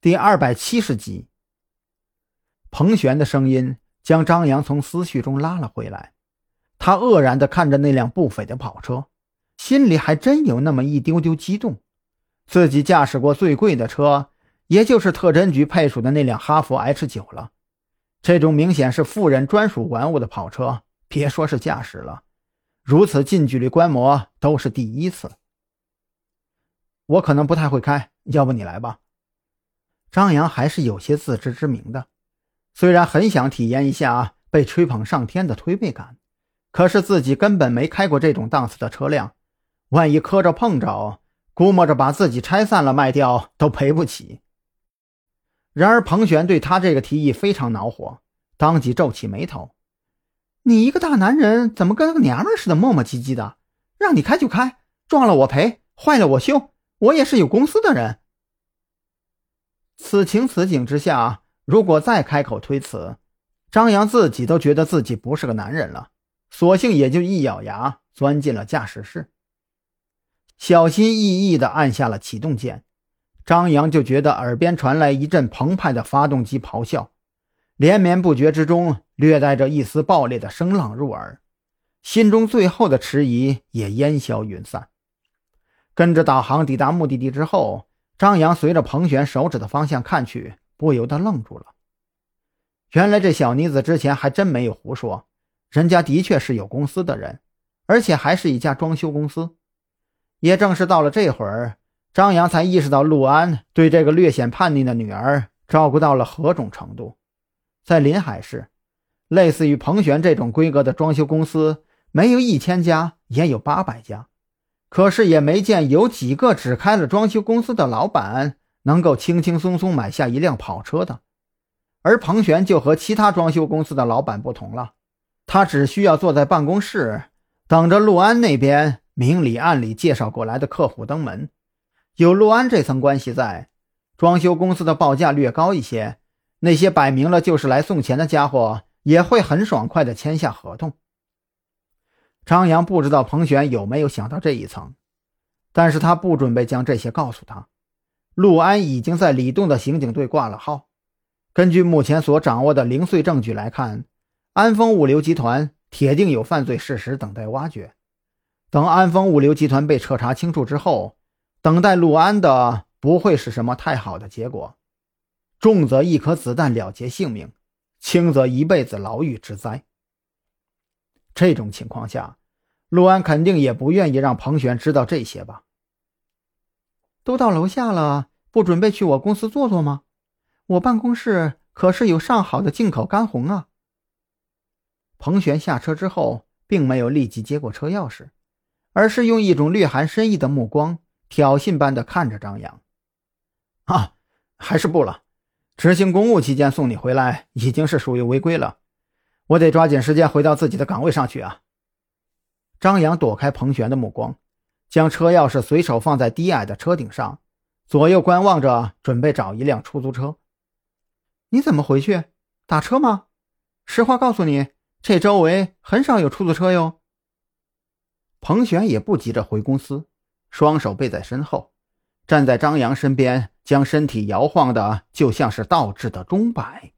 第270集。彭璇的声音将张扬从思绪中拉了回来，他愕然地看着那辆不菲的跑车，心里还真有那么一丢丢激动。自己驾驶过最贵的车，也就是特侦局配属的那辆哈弗 H9 了。这种明显是富人专属玩物的跑车，别说是驾驶了，如此近距离观摩都是第一次。我可能不太会开，要不你来吧。张扬还是有些自知之明的，虽然很想体验一下被吹捧上天的推背感，可是自己根本没开过这种档次的车辆，万一磕着碰着，估摸着把自己拆散了卖掉都赔不起。然而彭璇对他这个提议非常恼火，当即皱起眉头。你一个大男人怎么跟个娘们似的磨磨唧唧的，让你开就开，撞了我赔，坏了我修，我也是有公司的人。此情此景之下，如果再开口推辞，张扬自己都觉得自己不是个男人了，索性也就一咬牙钻进了驾驶室，小心翼翼地按下了启动键。张扬就觉得耳边传来一阵澎湃的发动机咆哮，连绵不绝之中略带着一丝爆裂的声浪入耳，心中最后的迟疑也烟消云散。跟着导航抵达目的地之后，张扬随着彭璇手指的方向看去，不由得愣住了。原来这小妮子之前还真没有胡说，人家的确是有公司的人，而且还是一家装修公司。也正是到了这会儿，张扬才意识到陆安对这个略显叛逆的女儿照顾到了何种程度。在临海市，类似于彭璇这种规格的装修公司没有1000家也有800家，可是也没见有几个只开了装修公司的老板能够轻轻松松买下一辆跑车的。而彭璇就和其他装修公司的老板不同了，他只需要坐在办公室等着陆安那边明里暗里介绍过来的客户登门。有陆安这层关系在，装修公司的报价略高一些，那些摆明了就是来送钱的家伙也会很爽快地签下合同。张扬不知道彭璇有没有想到这一层，但是他不准备将这些告诉他。陆安已经在李洞的刑警队挂了号，根据目前所掌握的零碎证据来看，安丰物流集团铁定有犯罪事实等待挖掘。等安丰物流集团被彻查清楚之后，等待陆安的不会是什么太好的结果，重则一颗子弹了结性命，轻则一辈子牢狱之灾。这种情况下，陆安肯定也不愿意让彭璇知道这些吧。都到楼下了，不准备去我公司坐坐吗？我办公室可是有上好的进口干红啊。彭璇下车之后并没有立即接过车钥匙，而是用一种略含深意的目光挑衅般的看着张扬。还是不了，执行公务期间送你回来已经是属于违规了，我得抓紧时间回到自己的岗位上去啊。张扬躲开彭璇的目光，将车钥匙随手放在低矮的车顶上，左右观望着准备找一辆出租车。你怎么回去？打车吗？实话告诉你，这周围很少有出租车哟。彭璇也不急着回公司，双手背在身后，站在张扬身边，将身体摇晃的就像是倒置的钟摆。